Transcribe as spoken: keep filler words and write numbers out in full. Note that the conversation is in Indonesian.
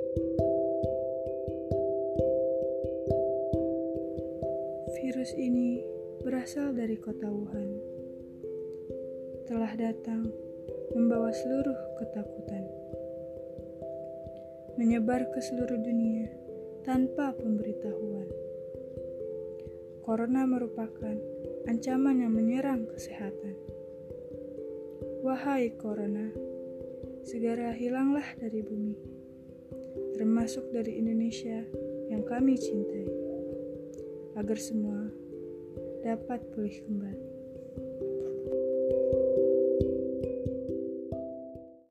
Virus ini berasal dari kota Wuhan. Telah datang membawa seluruh ketakutan. Menyebar ke seluruh dunia tanpa pemberitahuan. Corona merupakan ancaman yang menyerang kesehatan. Wahai Corona, segera hilanglah dari bumi, termasuk dari Indonesia yang kami cintai, agar semua dapat pulih kembali.